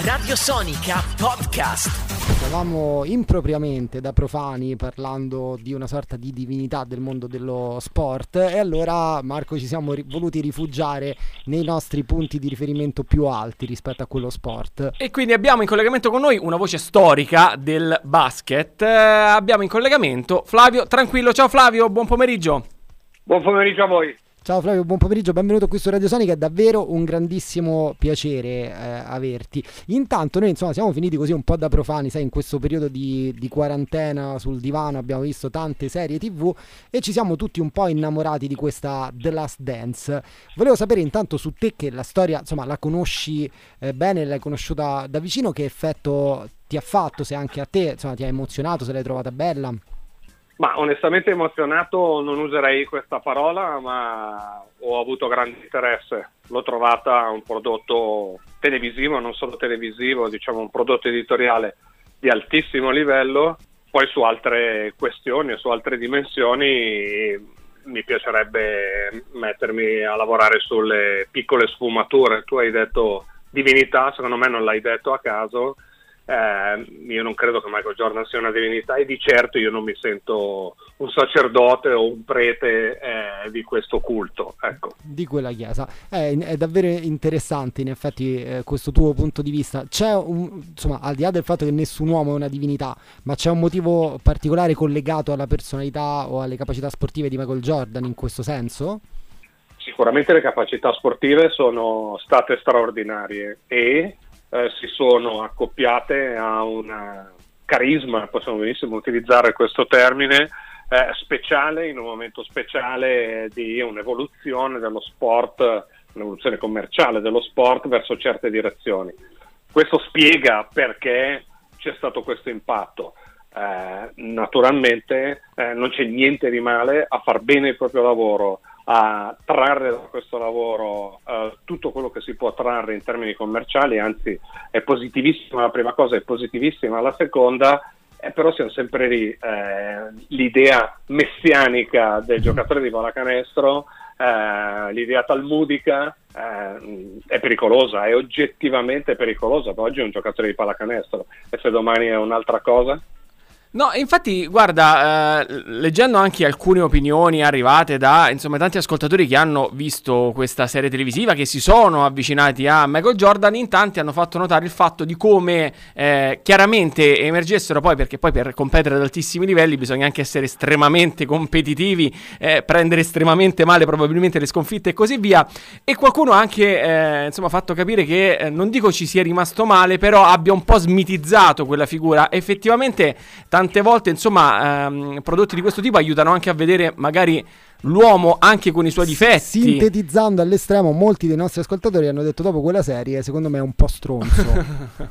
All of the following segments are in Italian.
Radio Sonica Podcast. Stavamo impropriamente da profani parlando di una sorta di divinità del mondo dello sport e allora, Marco, ci siamo voluti rifugiare nei nostri punti di riferimento più alti rispetto a quello sport. E quindi abbiamo in collegamento con noi una voce storica del basket. Abbiamo in collegamento Flavio Tranquillo. Ciao Flavio, buon pomeriggio. Buon pomeriggio a voi. Ciao Flavio, buon pomeriggio, benvenuto qui su Radio Sonica, è davvero un grandissimo piacere averti. Intanto noi siamo finiti così un po' da profani, sai, in questo periodo di quarantena sul divano abbiamo visto tante serie TV e ci siamo tutti un po' innamorati di questa The Last Dance. Volevo sapere intanto su te, che la storia la conosci bene, l'hai conosciuta da vicino, che effetto ti ha fatto, se anche a te ti ha emozionato, se l'hai trovata bella. Ma onestamente emozionato non userei questa parola, ma ho avuto grande interesse. L'ho trovata un prodotto televisivo, non solo televisivo, diciamo un prodotto editoriale di altissimo livello. Poi su altre questioni e su altre dimensioni mi piacerebbe mettermi a lavorare sulle piccole sfumature. Tu hai detto divinità, secondo me non l'hai detto a caso. Io non credo che Michael Jordan sia una divinità e di certo io non mi sento un sacerdote o un prete di questo culto, ecco. Di quella chiesa. È davvero interessante in effetti questo tuo punto di vista. C'è al di là del fatto che nessun uomo è una divinità, ma c'è un motivo particolare collegato alla personalità o alle capacità sportive di Michael Jordan in questo senso? Sicuramente le capacità sportive sono state straordinarie e si sono accoppiate a un carisma, possiamo benissimo utilizzare questo termine, speciale, in un momento speciale di un'evoluzione dello sport, un'evoluzione commerciale dello sport verso certe direzioni. Questo spiega perché c'è stato questo impatto. Naturalmente non c'è niente di male a far bene il proprio lavoro, a trarre da questo lavoro tutto quello che si può trarre in termini commerciali, anzi è positivissima la prima cosa, è positivissima la seconda, però siamo sempre lì, l'idea messianica del giocatore di pallacanestro, l'idea talmudica è pericolosa, è oggettivamente pericolosa. Oggi è un giocatore di pallacanestro e se domani è un'altra cosa? No, infatti, guarda, leggendo anche alcune opinioni arrivate da tanti ascoltatori che hanno visto questa serie televisiva, che si sono avvicinati a Michael Jordan, in tanti hanno fatto notare il fatto di come chiaramente emergessero perché poi per competere ad altissimi livelli bisogna anche essere estremamente competitivi, prendere estremamente male probabilmente le sconfitte e così via, e qualcuno ha anche fatto capire che non dico ci sia rimasto male, però abbia un po' smitizzato quella figura. Effettivamente tante volte prodotti di questo tipo aiutano anche a vedere magari l'uomo anche con i suoi difetti. Sintetizzando all'estremo, molti dei nostri ascoltatori hanno detto dopo quella serie secondo me è un po' stronzo.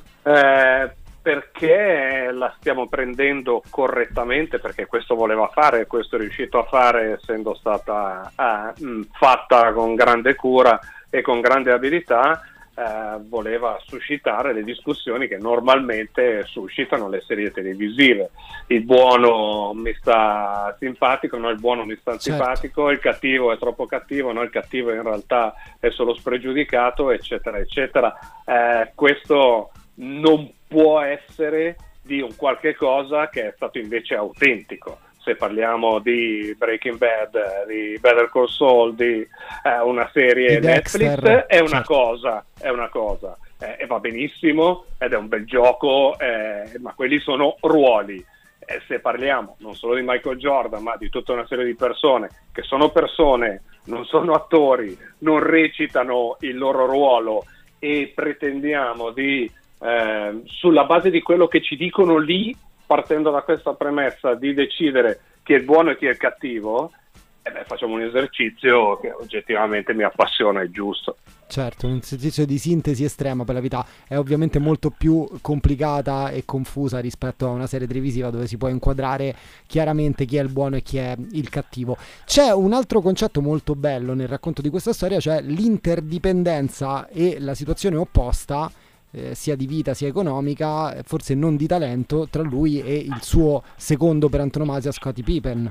Perché la stiamo prendendo correttamente, perché questo voleva fare, questo è riuscito a fare essendo stata fatta con grande cura e con grande abilità. Voleva suscitare le discussioni che normalmente suscitano le serie televisive. Il buono mi sta simpatico, no, il buono mi sta antipatico, il cattivo è troppo cattivo, no, il cattivo in realtà è solo spregiudicato, eccetera eccetera. Questo non può essere di un qualche cosa che è stato invece autentico. Se parliamo di Breaking Bad, di Better Call Saul, di una serie di Netflix, Dexter, è una cosa, e va benissimo ed è un bel gioco, ma quelli sono ruoli. Se parliamo non solo di Michael Jordan, ma di tutta una serie di persone che sono persone, non sono attori, non recitano il loro ruolo e pretendiamo di, sulla base di quello che ci dicono lì, partendo da questa premessa di decidere chi è il buono e chi è il cattivo, facciamo un esercizio che oggettivamente mi appassiona e giusto. Certo, un esercizio di sintesi estrema per la vita. È ovviamente molto più complicata e confusa rispetto a una serie televisiva dove si può inquadrare chiaramente chi è il buono e chi è il cattivo. C'è un altro concetto molto bello nel racconto di questa storia, cioè l'interdipendenza e la situazione opposta, sia di vita sia economica, forse non di talento, tra lui e il suo secondo per antonomasia, Scottie Pippen.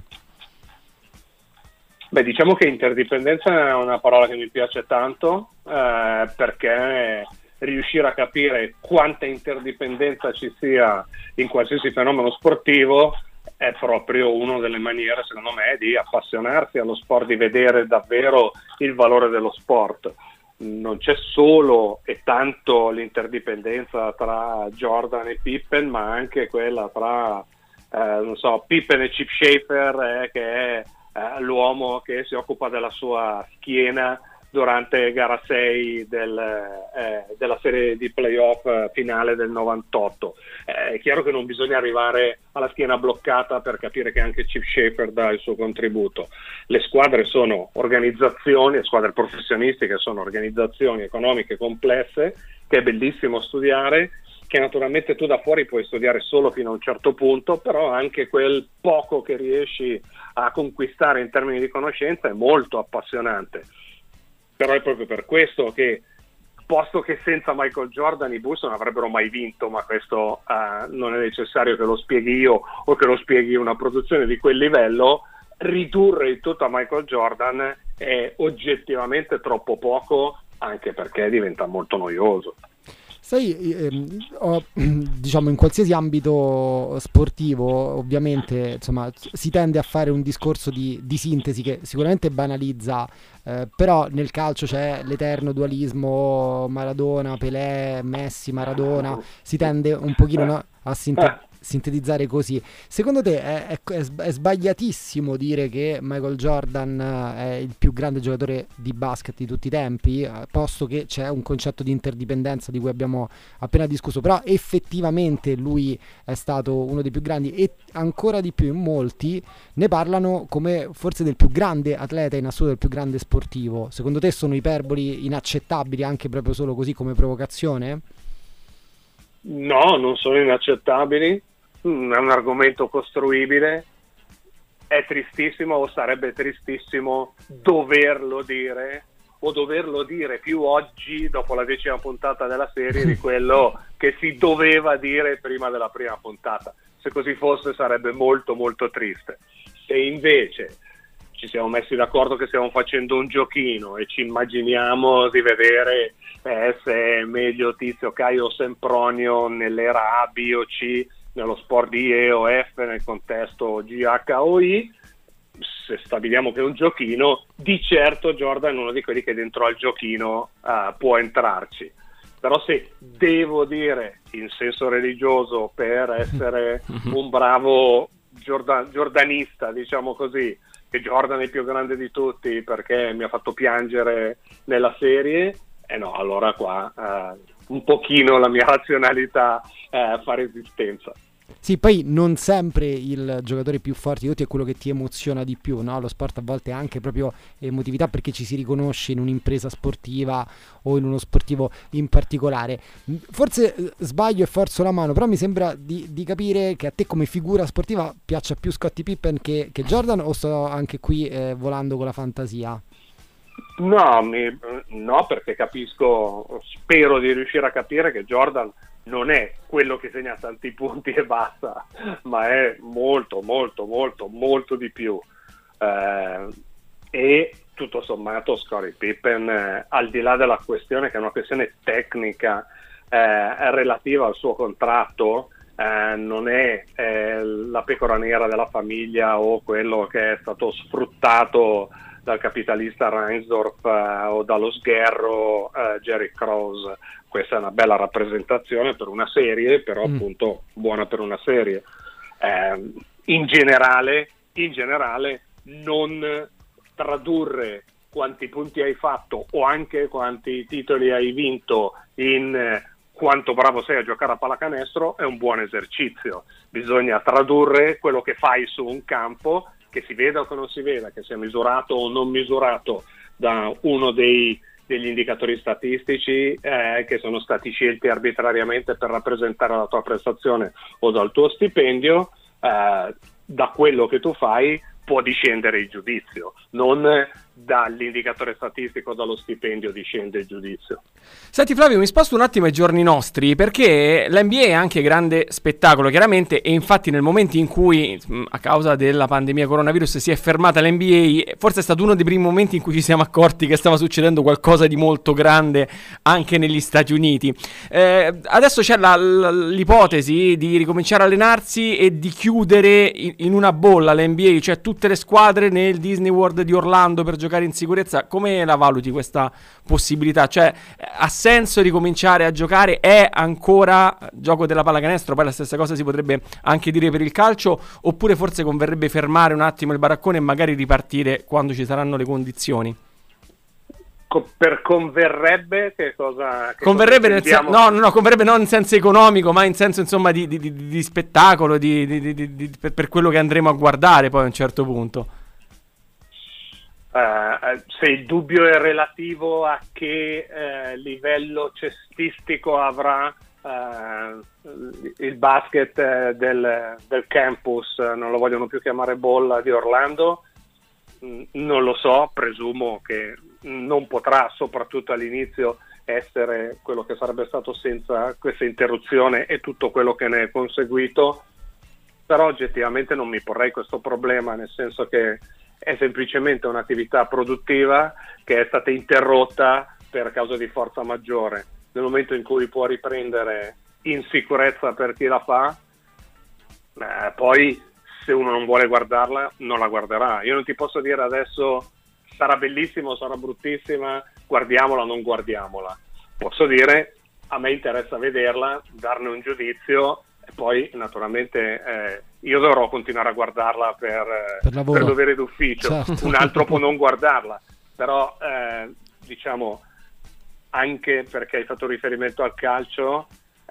Beh, diciamo che interdipendenza è una parola che mi piace tanto, perché riuscire a capire quanta interdipendenza ci sia in qualsiasi fenomeno sportivo è proprio una delle maniere, secondo me, di appassionarsi allo sport, di vedere davvero il valore dello sport. Non c'è solo e tanto l'interdipendenza tra Jordan e Pippen, ma anche quella tra Pippen e Chip Schaefer, che è l'uomo che si occupa della sua schiena durante gara 6 della serie di playoff finale del 98. È chiaro che non bisogna arrivare alla schiena bloccata per capire che anche Chip Schaefer dà il suo contributo. Le squadre sono organizzazioni, le squadre professionistiche sono organizzazioni economiche complesse che è bellissimo studiare, che naturalmente tu da fuori puoi studiare solo fino a un certo punto, però anche quel poco che riesci a conquistare in termini di conoscenza è molto appassionante. Però è proprio per questo che, posto che senza Michael Jordan i Bulls non avrebbero mai vinto, ma questo non è necessario che lo spieghi io o che lo spieghi una produzione di quel livello, ridurre il tutto a Michael Jordan è oggettivamente troppo poco, anche perché diventa molto noioso. Sai, diciamo in qualsiasi ambito sportivo ovviamente insomma si tende a fare un discorso di sintesi che sicuramente banalizza, però nel calcio c'è l'eterno dualismo Maradona, Pelé, Messi, Maradona, si tende un pochino, no, a sintetizzare così. Secondo te è sbagliatissimo dire che Michael Jordan è il più grande giocatore di basket di tutti i tempi, posto che c'è un concetto di interdipendenza di cui abbiamo appena discusso, però effettivamente lui è stato uno dei più grandi e ancora di più in molti ne parlano come forse del più grande atleta in assoluto, del più grande sportivo. Secondo te sono iperboli inaccettabili anche proprio solo così come provocazione? No, non sono inaccettabili, è un argomento costruibile, è tristissimo o sarebbe tristissimo doverlo dire, o doverlo dire più oggi dopo la 10ª puntata della serie di quello che si doveva dire prima della prima puntata. Se così fosse sarebbe molto molto triste. Se invece ci siamo messi d'accordo che stiamo facendo un giochino e ci immaginiamo di vedere se è meglio Tizio, Caio o Sempronio nell'era A, B o C, nello sport di E o F, nel contesto G, H o I, se stabiliamo che è un giochino, di certo Jordan è uno di quelli che dentro al giochino può entrarci. Però se devo dire in senso religioso, per essere un bravo giordanista, diciamo così, che Jordan è il più grande di tutti perché mi ha fatto piangere nella serie, no, allora qua un pochino la mia razionalità fa resistenza. Sì, poi non sempre il giocatore più forte di tutti è quello che ti emoziona di più, no? Lo sport a volte è anche proprio emotività, perché ci si riconosce in un'impresa sportiva o in uno sportivo in particolare. Forse sbaglio e forzo la mano, però mi sembra di capire che a te come figura sportiva piaccia più Scottie Pippen che Jordan, o sto anche qui volando con la fantasia? No, perché capisco, spero di riuscire a capire che Jordan non è quello che segna tanti punti e basta, ma è molto molto molto molto di più, e tutto sommato Scottie Pippen, al di là della questione che è una questione tecnica relativa al suo contratto, non è la pecora nera della famiglia o quello che è stato sfruttato dal capitalista Reinsdorf o dallo sgherro Jerry Krause. Questa è una bella rappresentazione per una serie, però appunto buona per una serie. In generale non tradurre quanti punti hai fatto o anche quanti titoli hai vinto in quanto bravo sei a giocare a pallacanestro è un buon esercizio. Bisogna tradurre quello che fai su un campo, che si veda o che non si veda, che sia misurato o non misurato da uno degli indicatori statistici che sono stati scelti arbitrariamente per rappresentare la tua prestazione o dal tuo stipendio. Da quello che tu fai può discendere il giudizio, non dall'indicatore statistico, dallo stipendio, discende il giudizio. Senti Flavio, mi sposto un attimo ai giorni nostri, perché l'NBA è anche grande spettacolo chiaramente, e infatti nel momento in cui a causa della pandemia coronavirus si è fermata l'NBA, forse è stato uno dei primi momenti in cui ci siamo accorti che stava succedendo qualcosa di molto grande anche negli Stati Uniti. Adesso c'è l'ipotesi di ricominciare a allenarsi e di chiudere in una bolla l'NBA, cioè tutte le squadre nel Disney World di Orlando per giocare in sicurezza. Come la valuti questa possibilità? Cioè, ha senso ricominciare a giocare? È ancora gioco della pallacanestro? Poi la stessa cosa si potrebbe anche dire per il calcio, oppure forse converrebbe fermare un attimo il baraccone e magari ripartire quando ci saranno le condizioni? Per converrebbe che cosa? Converrebbe converrebbe non in senso economico, ma in senso insomma di spettacolo, per quello che andremo a guardare poi a un certo punto. Se il dubbio è relativo a che livello cestistico avrà il basket del campus, non lo vogliono più chiamare bolla di Orlando, non lo so, presumo che non potrà, soprattutto all'inizio, essere quello che sarebbe stato senza questa interruzione e tutto quello che ne è conseguito, però oggettivamente non mi porrei questo problema, nel senso che è semplicemente un'attività produttiva che è stata interrotta per causa di forza maggiore. Nel momento in cui può riprendere in sicurezza per chi la fa, poi se uno non vuole guardarla non la guarderà. Io non ti posso dire adesso sarà bellissimo, sarà bruttissima, guardiamola o non guardiamola. Posso dire a me interessa vederla, darne un giudizio e poi naturalmente io dovrò continuare a guardarla per dovere d'ufficio, certo. Un altro può non guardarla, però diciamo, anche perché hai fatto riferimento al calcio,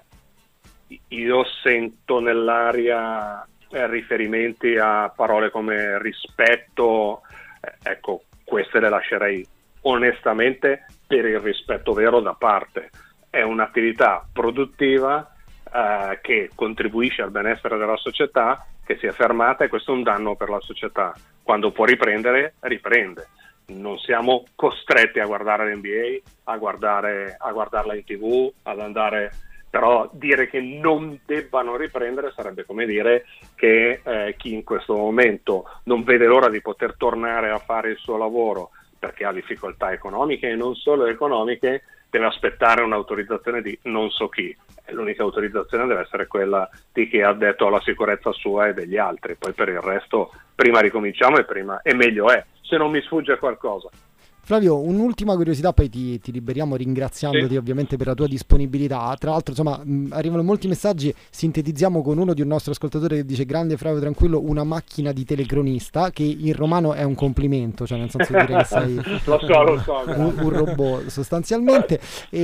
io sento nell'aria riferimenti a parole come rispetto, ecco, queste le lascerei onestamente per il rispetto vero da parte. È un'attività produttiva che contribuisce al benessere della società, che si è fermata, e questo è un danno per la società. Quando può riprendere, riprende. Non siamo costretti a guardare l'NBA, a guardarla in TV, ad andare. Però dire che non debbano riprendere sarebbe come dire che chi in questo momento non vede l'ora di poter tornare a fare il suo lavoro perché ha difficoltà economiche, e non solo economiche, deve aspettare un'autorizzazione di non so chi. L'unica autorizzazione deve essere quella di chi ha detto alla sicurezza sua e degli altri. Poi per il resto prima ricominciamo e meglio è, se non mi sfugge qualcosa. Flavio, un'ultima curiosità, poi ti liberiamo ringraziandoti sì, ovviamente per la tua disponibilità. Tra l'altro, insomma, arrivano molti messaggi, sintetizziamo con uno di un nostro ascoltatore che dice: grande Flavio, tranquillo, una macchina di telecronista, che in romano è un complimento, cioè nel senso di dire che sei lo so, un robot sostanzialmente.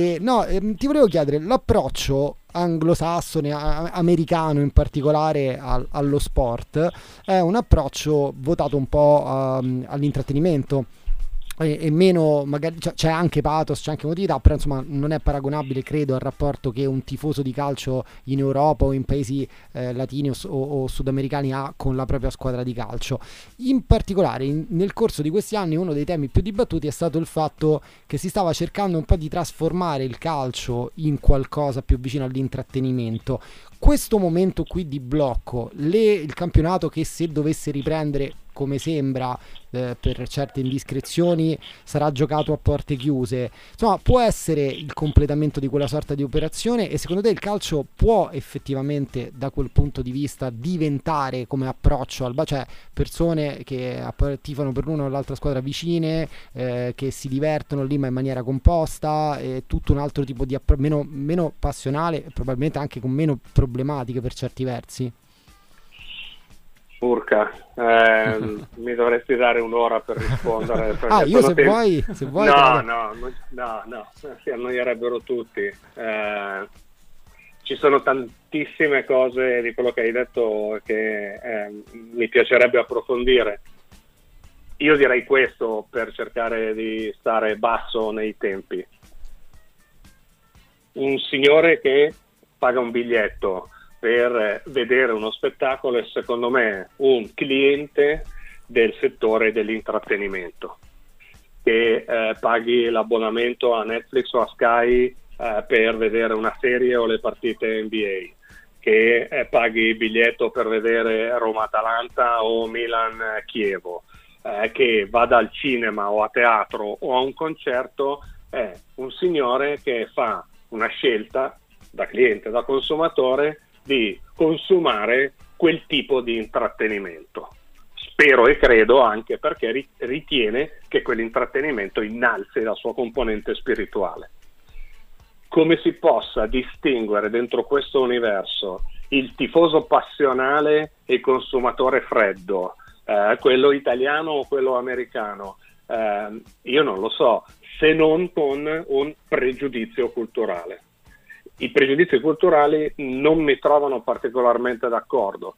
Ti volevo chiedere, l'approccio anglosassone, americano in particolare allo sport, è un approccio votato un po' all'intrattenimento, e meno, magari c'è anche pathos, c'è anche emotività, però insomma non è paragonabile, credo, al rapporto che un tifoso di calcio in Europa o in paesi latini o sudamericani ha con la propria squadra di calcio. In particolare nel corso di questi anni uno dei temi più dibattuti è stato il fatto che si stava cercando un po' di trasformare il calcio in qualcosa più vicino all'intrattenimento. Questo momento qui di blocco, il campionato che, se dovesse riprendere come sembra, per certe indiscrezioni, sarà giocato a porte chiuse, insomma può essere il completamento di quella sorta di operazione, e secondo te il calcio può effettivamente da quel punto di vista diventare, come approccio cioè persone che tifano per l'una o l'altra squadra vicine, che si divertono lì ma in maniera composta, e tutto un altro tipo di meno passionale e probabilmente anche con meno problematiche per certi versi? Urca, mi dovresti dare un'ora per rispondere. Io se vuoi no, si annoierebbero tutti. Ci sono tantissime cose di quello che hai detto che mi piacerebbe approfondire. Io direi questo per cercare di stare basso nei tempi. Un signore che paga un biglietto per vedere uno spettacolo è secondo me un cliente del settore dell'intrattenimento. che paghi l'abbonamento a Netflix o a Sky per vedere una serie o le partite NBA, che paghi il biglietto per vedere Roma-Atalanta o Milan-Chievo, che vada al cinema o a teatro o a un concerto, è un signore che fa una scelta da cliente, da consumatore, di consumare quel tipo di intrattenimento. Spero e credo anche perché ritiene che quell'intrattenimento innalzi la sua componente spirituale. Come si possa distinguere dentro questo universo il tifoso passionale e il consumatore freddo, quello italiano o quello americano, io non lo so, se non con un pregiudizio culturale. I pregiudizi culturali non mi trovano particolarmente d'accordo,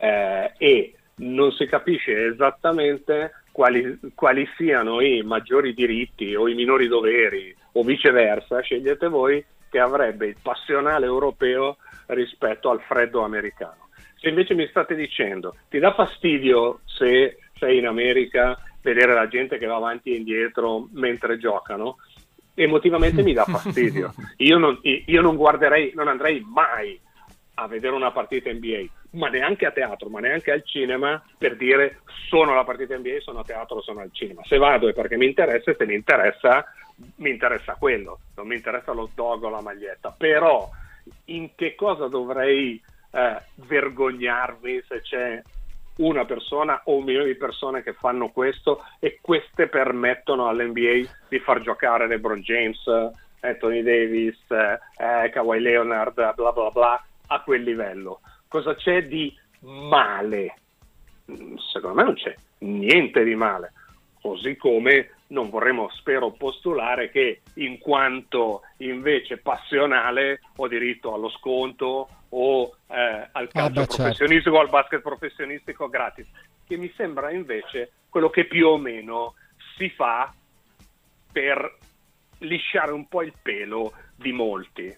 e non si capisce esattamente quali siano i maggiori diritti o i minori doveri, o viceversa, scegliete voi, che avrebbe il passionale europeo rispetto al freddo americano. Se invece mi state dicendo, ti dà fastidio se sei in America vedere la gente che va avanti e indietro mentre giocano, emotivamente mi dà fastidio. Io non guarderei, non andrei mai a vedere una partita NBA, ma neanche a teatro, ma neanche al cinema, per dire sono alla partita NBA, sono a teatro, sono al cinema. Se vado è perché mi interessa, e se mi interessa quello, non mi interessa lo dog o la maglietta. Però in che cosa dovrei vergognarmi se c'è una persona o 1 milione di persone che fanno questo, e queste permettono all'NBA di far giocare LeBron James, Anthony Davis, Kawhi Leonard, bla bla bla, a quel livello? Cosa c'è di male? Secondo me non c'è niente di male, così come non vorremmo, spero, postulare che in quanto invece passionale ho diritto allo sconto o al calcio professionistico o al basket professionistico gratis, che mi sembra invece quello che più o meno si fa per lisciare un po' il pelo di molti.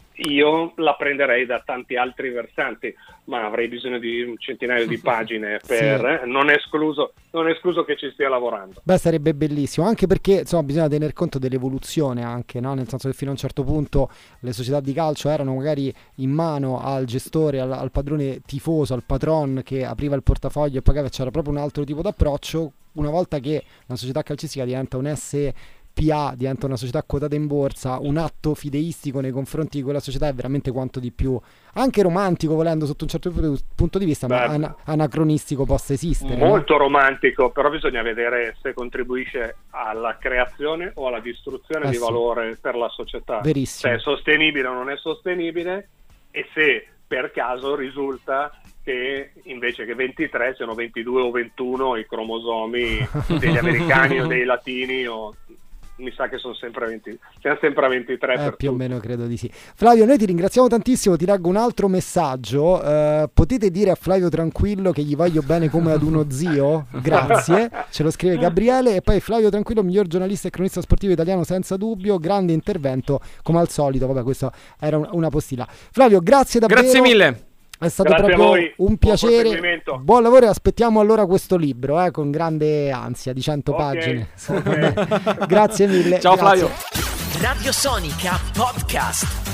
Io la prenderei da tanti altri versanti, ma avrei bisogno di un centinaio di pagine per sì. Non è escluso che ci stia lavorando. Beh, sarebbe bellissimo, anche perché insomma bisogna tener conto dell'evoluzione anche, no? Nel senso che fino a un certo punto le società di calcio erano magari in mano al gestore, al padrone tifoso, al patron che apriva il portafoglio e pagava, c'era proprio un altro tipo d'approccio. Una volta che una società calcistica diventa un SPA, diventa una società quotata in borsa, un atto fideistico nei confronti di quella società è veramente quanto di più, anche romantico volendo sotto un certo punto di vista, ma anacronistico possa esistere. Molto romantico, però bisogna vedere se contribuisce alla creazione o alla distruzione di valore per la società. Verissimo. Se è sostenibile o non è sostenibile, e se per caso risulta che invece che 23 siano 22 o 21 i cromosomi degli americani o dei latini, o mi sa che sono sempre a 20, siamo sempre a 23 per più o meno credo di sì. Flavio, noi ti ringraziamo tantissimo, ti leggo un altro messaggio. Potete dire a Flavio Tranquillo che gli voglio bene come ad uno zio? Grazie. Ce lo scrive Gabriele. E poi Flavio Tranquillo, miglior giornalista e cronista sportivo italiano senza dubbio, grande intervento come al solito. Vabbè, questo era una postilla. Flavio, grazie davvero. Grazie mille. È stato proprio un piacere, buon lavoro, e aspettiamo allora questo libro con grande ansia di 100 pagine. Grazie mille. Ciao grazie. Flavio. Radio Sonica Podcast.